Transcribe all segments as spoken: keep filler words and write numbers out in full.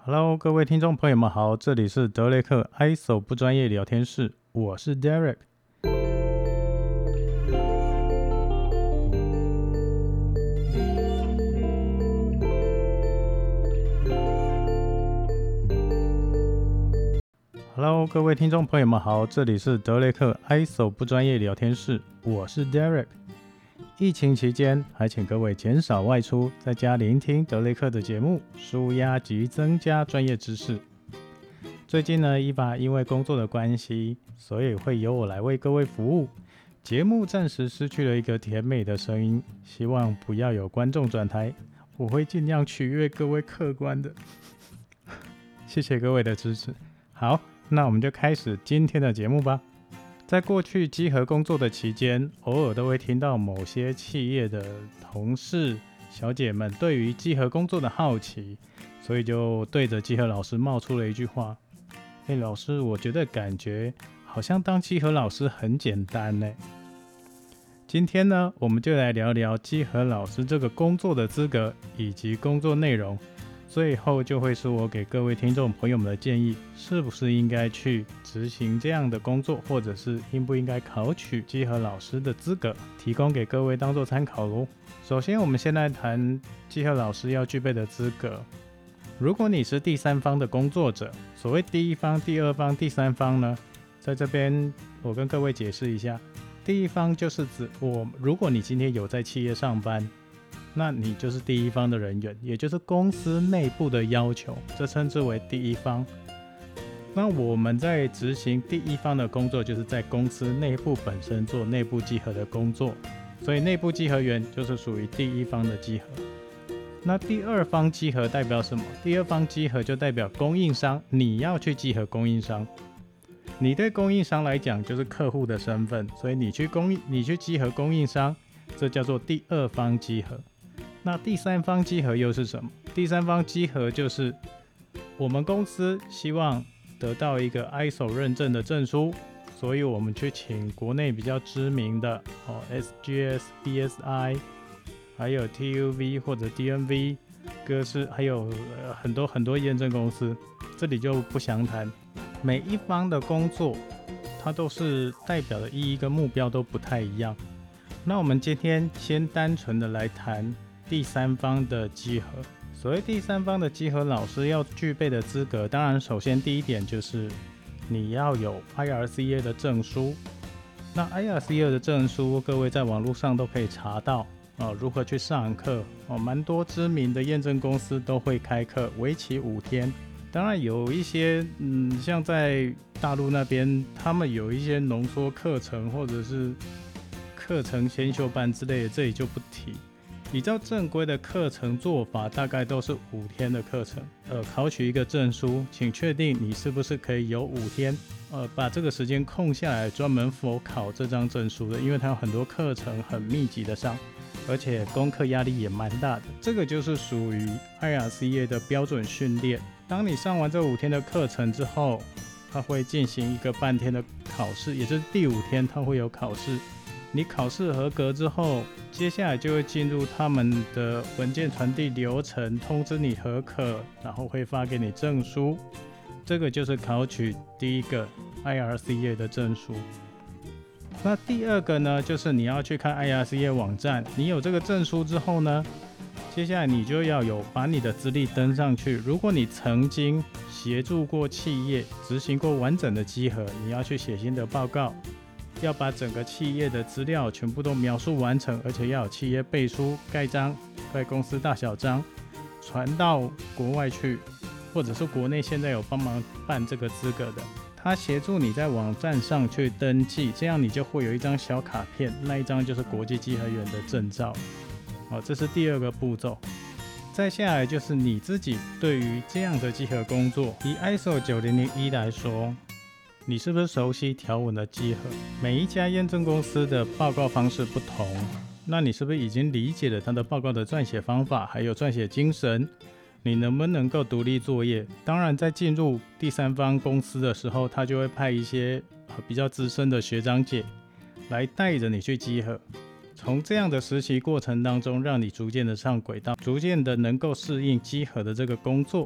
Hello，各位听众朋友们好，这里是德雷克 I S O 不专业聊天室，我是 Derek。Hello，各位听众朋友们好，这里是德雷克 I S O 不专业聊天室，我是 Derek。疫情期间，还请各位减少外出，在家聆听德雷克的节目，舒压及增加专业知识。最近呢，伊爸因为工作的关系，所以会由我来为各位服务。节目暂时失去了一个甜美的声音，希望不要有观众转台，我会尽量取悦各位客观的。谢谢各位的支持。好，那我们就开始今天的节目吧。在过去稽核工作的期间，偶尔都会听到某些企业的同事小姐们对于稽核工作的好奇，所以就对着稽核老师冒出了一句话：哎，老师，我觉得感觉好像当稽核老师很简单呢。今天呢，我们就来聊聊稽核老师这个工作的资格以及工作内容。最后就会是我给各位听众朋友们的建议，是不是应该去执行这样的工作，或者是应不应该考取稽核老师的资格，提供给各位当做参考咯。首先，我们先来谈稽核老师要具备的资格。如果你是第三方的工作者，所谓第一方、第二方、第三方呢，在这边我跟各位解释一下，第一方就是指我，如果你今天有在企业上班，那你就是第一方的人员，也就是公司内部的要求，这称之为第一方。那我们在执行第一方的工作，就是在公司内部本身做内部稽核的工作，所以内部稽核员就是属于第一方的稽核。那第二方稽核代表什么？第二方稽核就代表供应商，你要去稽核供应商。你对供应商来讲就是客户的身份，所以你去供你去稽核供应商，这叫做第二方稽核。那第三方稽核又是什么？第三方稽核就是我们公司希望得到一个 I S O 认证的证书，所以我们去请国内比较知名的、哦、S G S、B S I， 还有 T U V 或者 D N V， 各式还有、呃、很多很多验证公司，这里就不详谈。每一方的工作，它都是代表的意义跟目标都不太一样。那我们今天先单纯的来谈第三方的稽核。所谓第三方的稽核老师要具备的资格，当然首先第一点就是你要有 I R C A 的证书。那 I R C A 的证书，各位在网络上都可以查到、呃、如何去上课、哦、蛮多知名的验证公司都会开课，为期五天。当然有一些嗯，像在大陆那边，他们有一些浓缩课程或者是课程先修班之类的，这里就不提。比较正规的课程做法，大概都是五天的课程。呃，考取一个证书，请确定你是不是可以有五天，呃，把这个时间空下来，专门否考这张证书的，因为它有很多课程很密集的上，而且功课压力也蛮大的。这个就是属于 I R C A 的标准训练。当你上完这五天的课程之后，它会进行一个半天的考试，也就是第五天它会有考试。你考试合格之后，接下来就会进入他们的文件传递流程，通知你合格，然后会发给你证书。这个就是考取第一个 I R C A 的证书。那第二个呢，就是你要去看 I R C A 网站。你有这个证书之后呢，接下来你就要有把你的资历登上去。如果你曾经协助过企业执行过完整的稽核，你要去写心得报告。要把整个企业的资料全部都描述完成，而且要有企业背书、盖章、盖公司大小章，传到国外去，或者是国内现在有帮忙办这个资格的，他协助你在网站上去登记，这样你就会有一张小卡片，那一张就是国际稽核员的证照。哦，这是第二个步骤。再下来就是你自己对于这样的稽核工作，以 I S O 九零零一来说，你是不是熟悉条文的稽核？每一家验证公司的报告方式不同，那你是不是已经理解了它的报告的撰写方法，还有撰写精神？你能不能够独立作业？当然，在进入第三方公司的时候，他就会派一些比较资深的学长姐来带着你去稽核。从这样的实习过程当中，让你逐渐的上轨道，逐渐的能够适应稽核的这个工作。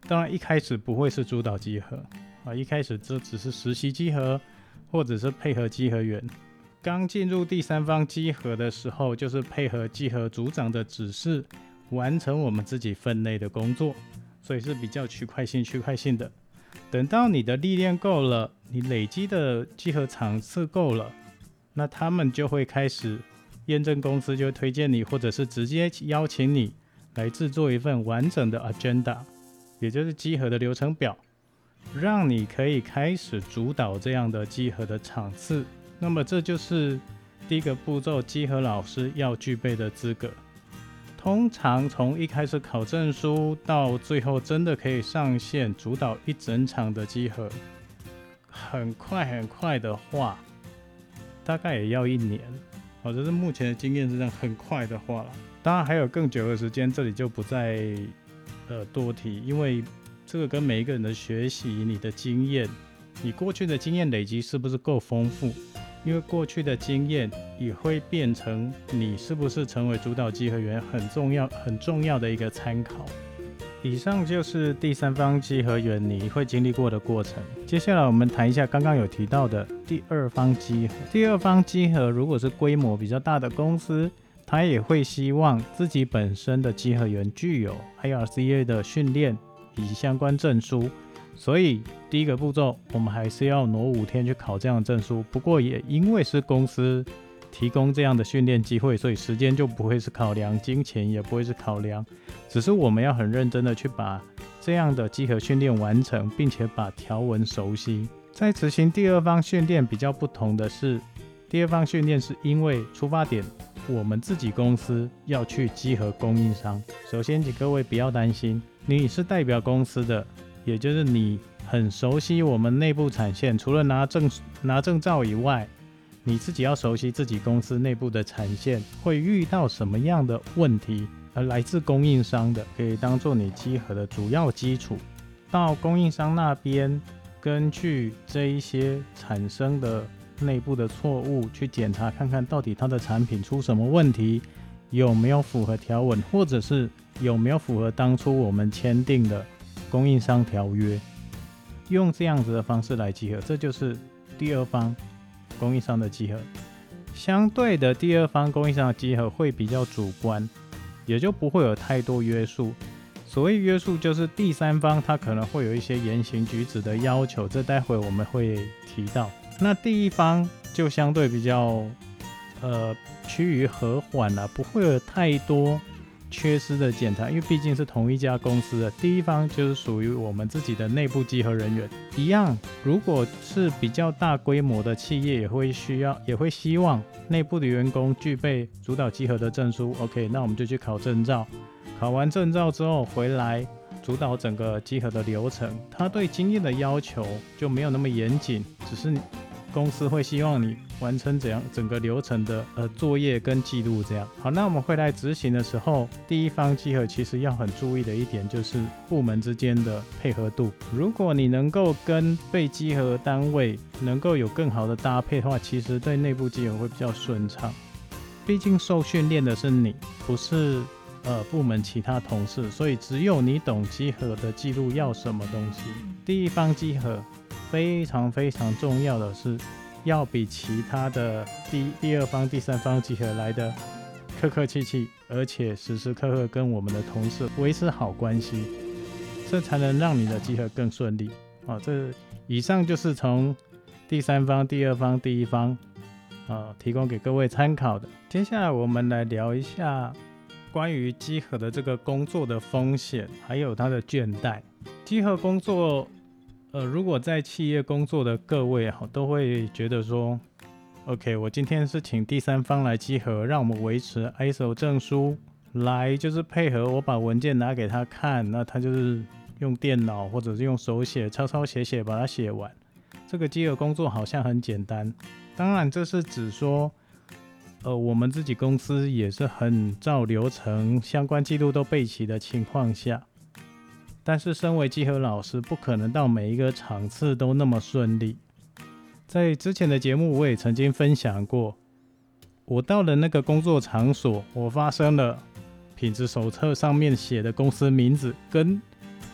当然一开始不会是主导稽核啊，一开始这只是实习稽核或者是配合稽核员。刚进入第三方稽核的时候，就是配合稽核组长的指示，完成我们自己分内的工作，所以是比较区块性区块性的。等到你的历练够了，你累积的稽核场次够了，那他们就会开始，验证公司就会推荐你，或者是直接邀请你来制作一份完整的 agenda， 也就是稽核的流程表，让你可以开始主导这样的稽核的场次。那么这就是第一个步骤，稽核老师要具备的资格。通常从一开始考证书到最后真的可以上线主导一整场的稽核，很快很快的话，大概也要一年。哦，这是目前的经验是这样，很快的话啦，当然还有更久的时间，这里就不再呃多提，因为这个跟每一个人的学习、你的经验、你过去的经验累积是不是够丰富？因为过去的经验也会变成你是不是成为主导稽核员很重要、很重要的一个参考。以上就是第三方稽核员你会经历过的过程。接下来我们谈一下刚刚有提到的第二方稽核。第二方稽核如果是规模比较大的公司，他也会希望自己本身的稽核员具有 I R C A 的训练以及相关证书。所以第一个步骤，我们还是要挪五天去考这样的证书。不过也因为是公司提供这样的训练机会，所以时间就不会是考量，金钱也不会是考量，只是我们要很认真的去把这样的稽核训练完成，并且把条文熟悉。在执行第二方训练比较不同的是，第二方训练是因为出发点我们自己公司要去稽核供应商。首先请各位不要担心，你是代表公司的，也就是你很熟悉我们内部产线，除了拿证拿证照以外，你自己要熟悉自己公司内部的产线会遇到什么样的问题，而来自供应商的可以当做你稽核的主要基础。到供应商那边，根据这一些产生的内部的错误去检查看看到底它的产品出什么问题，有没有符合条文，或者是有没有符合当初我们签订的供应商条约，用这样子的方式来稽核，这就是第二方供应商的稽核。相对的，第二方供应商的稽核会比较主观，也就不会有太多约束。所谓约束，就是第三方他可能会有一些言行举止的要求，这待会我们会提到。那第一方就相对比较呃趋于和缓了，不会有太多缺失的检查，因为毕竟是同一家公司的。第一方就是属于我们自己的内部稽核人员一样，如果是比较大规模的企业，也会需要也会希望内部的员工具备主导稽核的证书。 OK， 那我们就去考证照，考完证照之后回来主导整个稽核的流程。他对经验的要求就没有那么严谨，只是公司会希望你完成怎样整个流程的呃作业跟记录这样。好，那我们会来执行的时候，第一方稽核其实要很注意的一点就是部门之间的配合度。如果你能够跟被稽核单位能够有更好的搭配的话，其实对内部稽核会比较顺畅。毕竟受训练的是你，不是呃部门其他同事，所以只有你懂稽核的记录要什么东西。第一方稽核非常非常重要的是，要比其他的 第, 第二方、第三方稽核来的客客气气，而且时时刻刻跟我们的同事维持好关系，这才能让你的稽核更顺利。啊，这以上就是从第三方、第二方、第一方啊提供给各位参考的。接下来我们来聊一下关于稽核的这个工作的风险，还有它的倦怠。稽核工作呃，如果在企业工作的各位都会觉得说 OK， 我今天是请第三方来稽核，让我们维持 I S O 证书，来就是配合我把文件拿给他看，那他就是用电脑或者是用手写抄抄写写把它写完。这个稽核工作好像很简单，当然这是指说呃，我们自己公司也是很照流程，相关记录都备齐的情况下，但是身为稽核老师，不可能到每一个场次都那么顺利。在之前的节目我也曾经分享过，我到了那个工作场所，我发生了品质手册上面写的公司名字跟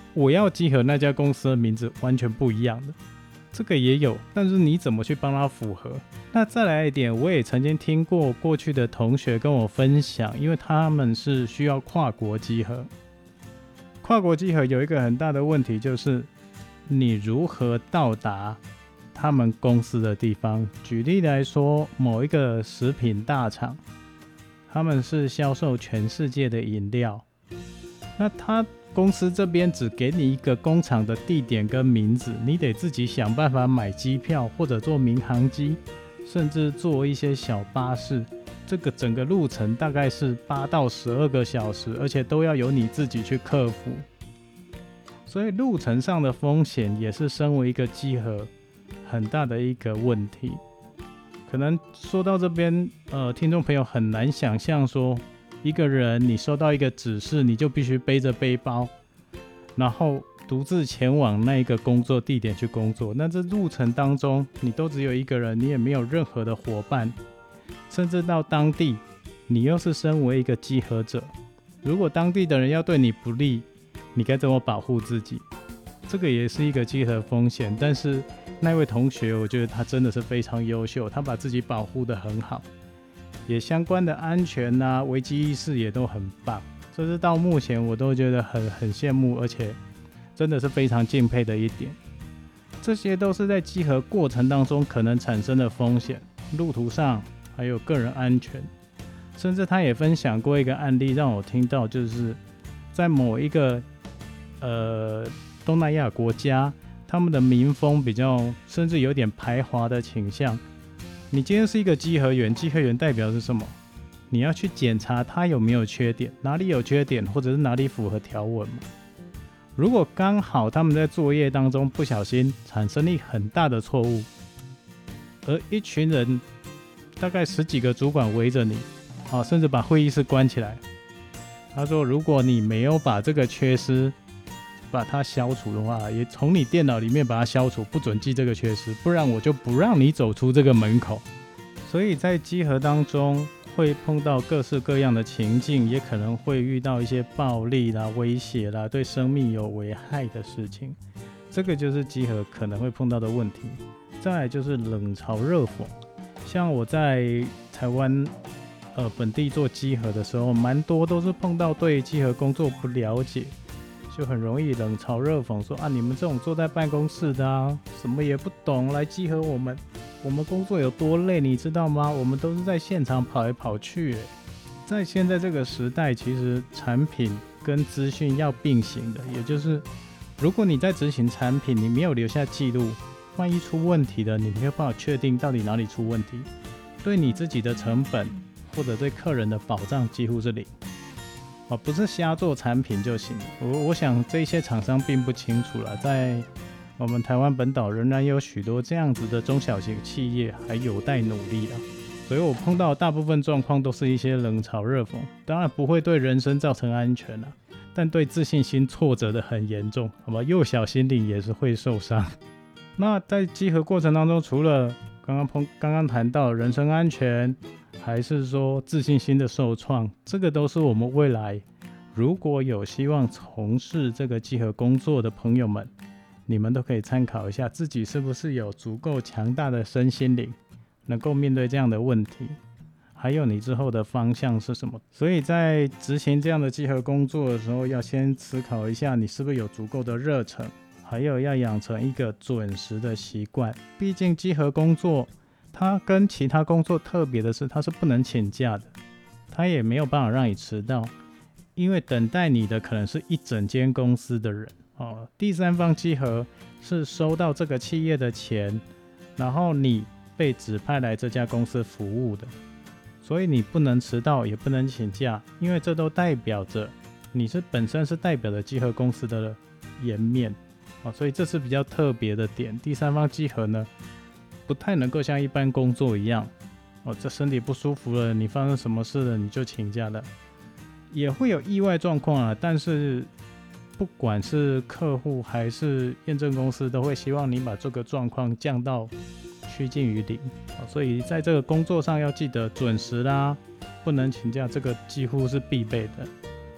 我要集合那家公司的名字完全不一样的，这个也有，但是你怎么去帮他符合？那再来一点，我也曾经听过过去的同学跟我分享，因为他们是需要跨国集合，跨国集合有一个很大的问题，就是你如何到达他们公司的地方。举例来说，某一个食品大厂，他们是销售全世界的饮料，那他公司这边只给你一个工厂的地点跟名字，你得自己想办法买机票，或者坐民航机，甚至坐一些小巴士。这个整个路程大概是八到十二个小时，而且都要由你自己去克服。所以路程上的风险也是身为一个集合很大的一个问题。可能说到这边，呃，听众朋友很难想象说，一个人你收到一个指示，你就必须背着背包，然后独自前往那一个工作地点去工作。那这路程当中，你都只有一个人，你也没有任何的伙伴，甚至到当地，你又是身为一个集合者，如果当地的人要对你不利，你该怎么保护自己？这个也是一个集合风险。但是那位同学，我觉得他真的是非常优秀，他把自己保护得很好，也相关的安全啊、危机意识也都很棒。这是到目前我都觉得很很羡慕，而且真的是非常敬佩的一点。这些都是在集合过程当中可能产生的风险，路途上还有个人安全。甚至他也分享过一个案例让我听到，就是在某一个呃东南亚国家，他们的民风比较甚至有点排华的倾向。你今天是一个稽核员，稽核员代表是什么？你要去检查他有没有缺点，哪里有缺点，或者是哪里符合条文嘛。如果刚好他们在作业当中不小心产生了很大的错误，而一群人大概十几个主管围着你，啊，甚至把会议室关起来。他说，如果你没有把这个缺失把它消除的话，也从你电脑里面把它消除，不准记这个缺失，不然我就不让你走出这个门口。所以在稽核当中会碰到各式各样的情境，也可能会遇到一些暴力啦、威胁啦、对生命有危害的事情，这个就是稽核可能会碰到的问题。再来就是冷嘲热讽，像我在台湾呃本地做稽核的时候，蛮多都是碰到对稽核工作不了解，就很容易冷嘲热讽说啊，你们这种坐在办公室的啊，什么也不懂，来稽核我们，我们工作有多累，你知道吗？我们都是在现场跑来跑去。在现在这个时代，其实产品跟资讯要并行的，也就是如果你在执行产品，你没有留下记录，万一出问题了，你没有办法确定到底哪里出问题，对你自己的成本或者对客人的保障几乎是零。哦，不是瞎做产品就行。我我想这些厂商并不清楚了，在我们台湾本岛仍然有许多这样子的中小型企业还有待努力啊。所以我碰到的大部分状况都是一些冷嘲热讽，当然不会对人身造成安全啊，但对自信心挫折的很严重，好吧？幼小心灵也是会受伤。那在稽核过程当中，除了刚刚碰刚刚谈到人身安全，还是说自信心的受创，这个都是我们未来如果有希望从事这个稽核工作的朋友们，你们都可以参考一下自己是不是有足够强大的身心灵，能够面对这样的问题，还有你之后的方向是什么。所以在执行这样的稽核工作的时候，要先思考一下你是不是有足够的热忱，还有要养成一个准时的习惯。毕竟稽核工作它跟其他工作特别的是，它是不能请假的，它也没有办法让你迟到，因为等待你的可能是一整间公司的人。哦，第三方稽核是收到这个企业的钱，然后你被指派来这家公司服务的，所以你不能迟到，也不能请假，因为这都代表着你是本身是代表着稽核公司的颜面。哦，所以这是比较特别的点。第三方稽核呢，不太能够像一般工作一样，哦，这身体不舒服了，你发生什么事了你就请假了，也会有意外状况啊。但是不管是客户还是验证公司，都会希望你把这个状况降到趋近于零。哦，所以在这个工作上要记得准时啦，不能请假，这个几乎是必备的。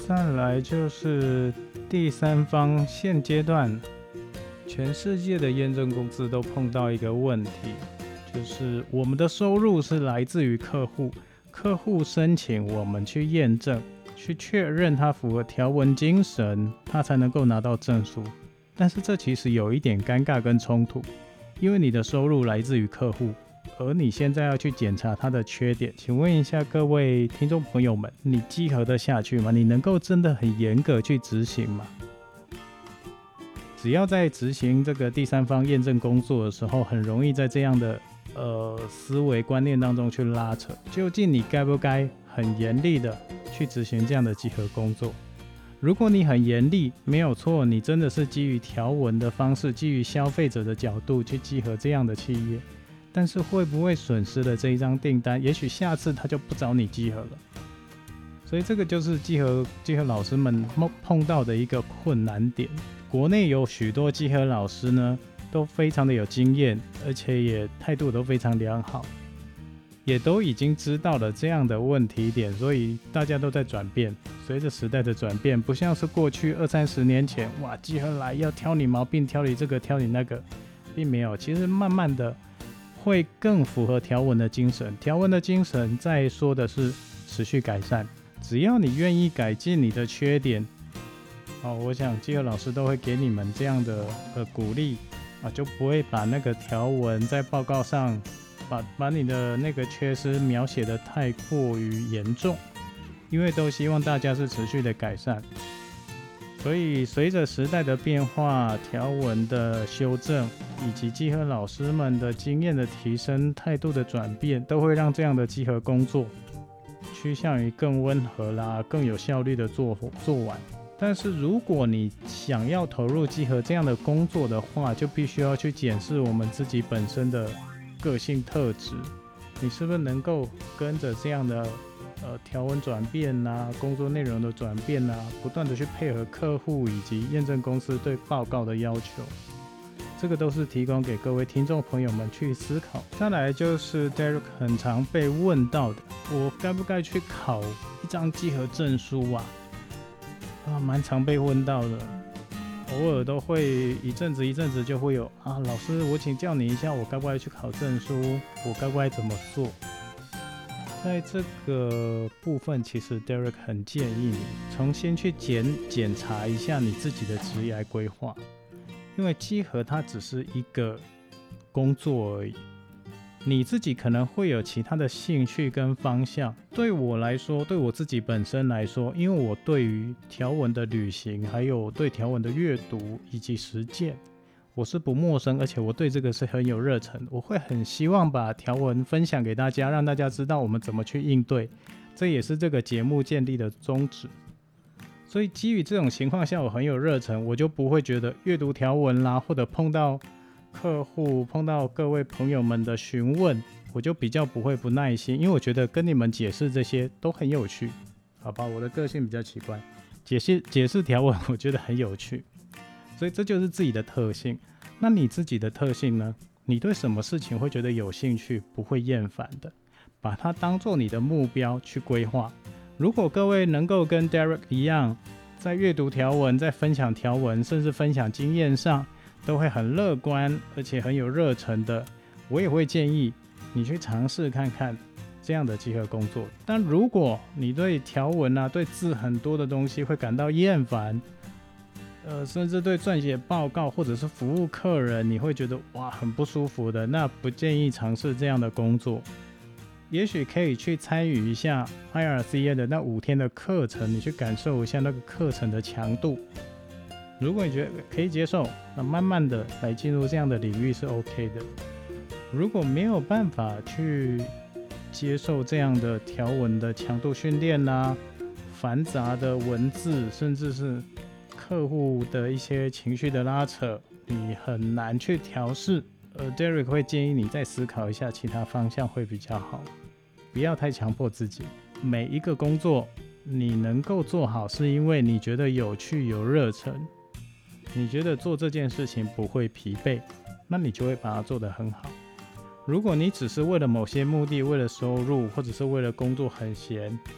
再来就是第三方，现阶段全世界的验证公司都碰到一个问题，就是我们的收入是来自于客户，客户申请我们去验证，去确认它符合条文精神，它才能够拿到证书。但是这其实有一点尴尬跟冲突，因为你的收入来自于客户，而你现在要去检查它的缺点，请问一下各位听众朋友们，你稽核得下去吗？你能够真的很严格去执行吗？只要在执行这个第三方验证工作的时候，很容易在这样的呃思维观念当中去拉扯，究竟你该不该很严厉的去执行这样的稽核工作？如果你很严厉，没有错，你真的是基于条文的方式，基于消费者的角度去稽核这样的企业，但是会不会损失了这一张订单？也许下次他就不找你稽核了。所以这个就是稽核稽核老师们碰到的一个困难点。国内有许多稽核老师呢，都非常的有经验，而且也态度都非常良好，也都已经知道了这样的问题点，所以大家都在转变。随着时代的转变，不像是过去二三十年前，哇，稽核来要挑你毛病，挑你这个，挑你那个，并没有。其实慢慢的会更符合条文的精神。条文的精神在说的是持续改善，只要你愿意改进你的缺点。哦，我想稽核老师都会给你们这样的呃鼓励啊，就不会把那个条文在报告上把把你的那个缺失描写的太过于严重，因为都希望大家是持续的改善。所以随着时代的变化，条文的修正，以及稽核老师们的经验的提升、态度的转变，都会让这样的稽核工作趋向于更温和啦、更有效率的做做完。但是如果你想要投入稽核这样的工作的话，就必须要去检视我们自己本身的个性特质，你是不是能够跟着这样的呃条文转变啊、工作内容的转变啊，不断的去配合客户以及验证公司对报告的要求。这个都是提供给各位听众朋友们去思考。再来就是 Derek 很常被问到的，我该不该去考一张稽核证书啊？啊，蛮常被问到的，偶尔都会一阵子一阵子就会有啊，老师，我请教你一下，我该不该去考证书？我该不该怎么做？在这个部分，其实 Derek 很建议你重新去检检查一下你自己的职业规划，因为稽核它只是一个工作而已。你自己可能会有其他的兴趣跟方向。对我来说，对我自己本身来说，因为我对于条文的旅行，还有对条文的阅读以及实践，我是不陌生，而且我对这个是很有热忱。我会很希望把条文分享给大家，让大家知道我们怎么去应对，这也是这个节目建立的宗旨。所以基于这种情况下，我很有热忱，我就不会觉得阅读条文啦，或者碰到客户碰到各位朋友们的询问，我就比较不会不耐心，因为我觉得跟你们解释这些都很有趣，好吧？我的个性比较奇怪，解释解释条文我觉得很有趣，所以这就是自己的特性。那你自己的特性呢？你对什么事情会觉得有兴趣，不会厌烦的，把它当做你的目标去规划。如果各位能够跟 Derek 一样，在阅读条文，在分享条文，甚至分享经验上都会很乐观，而且很有热忱的，我也会建议你去尝试看看这样的稽核工作。但如果你对条文啊、对字很多的东西会感到厌烦，呃，甚至对撰写报告或者是服务客人，你会觉得哇很不舒服的，那不建议尝试这样的工作。也许可以去参与一下 I R C A 的那五天的课程，你去感受一下那个课程的强度。如果你觉得可以接受，那慢慢的来进入这样的领域是 OK 的。如果没有办法去接受这样的条文的强度训练啦、繁杂的文字，甚至是客户的一些情绪的拉扯，你很难去调试。呃 ，Derek 会建议你再思考一下其他方向会比较好，不要太强迫自己。每一个工作你能够做好，是因为你觉得有趣、有热忱。你觉得做这件事情不会疲惫，那你就会把它做得很好。如果你只是为了某些目的，为了收入，或者是为了工作很闲，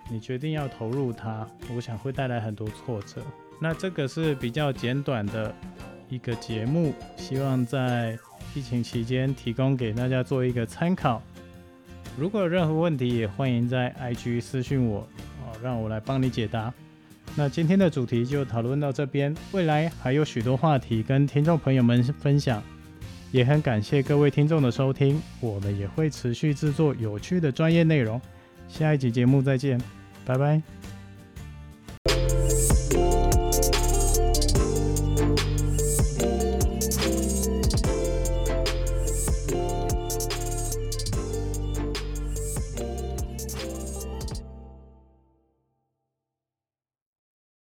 你决定要投入它，我想会带来很多挫折。那这个是比较简短的一个节目，希望在疫情期间提供给大家做一个参考。如果有任何问题，也欢迎在 I G 私讯我，让我来帮你解答。那今天的主题就讨论到这边，未来还有许多话题跟听众朋友们分享，也很感谢各位听众的收听，我们也会持续制作有趣的专业内容。下一集节目再见，拜拜。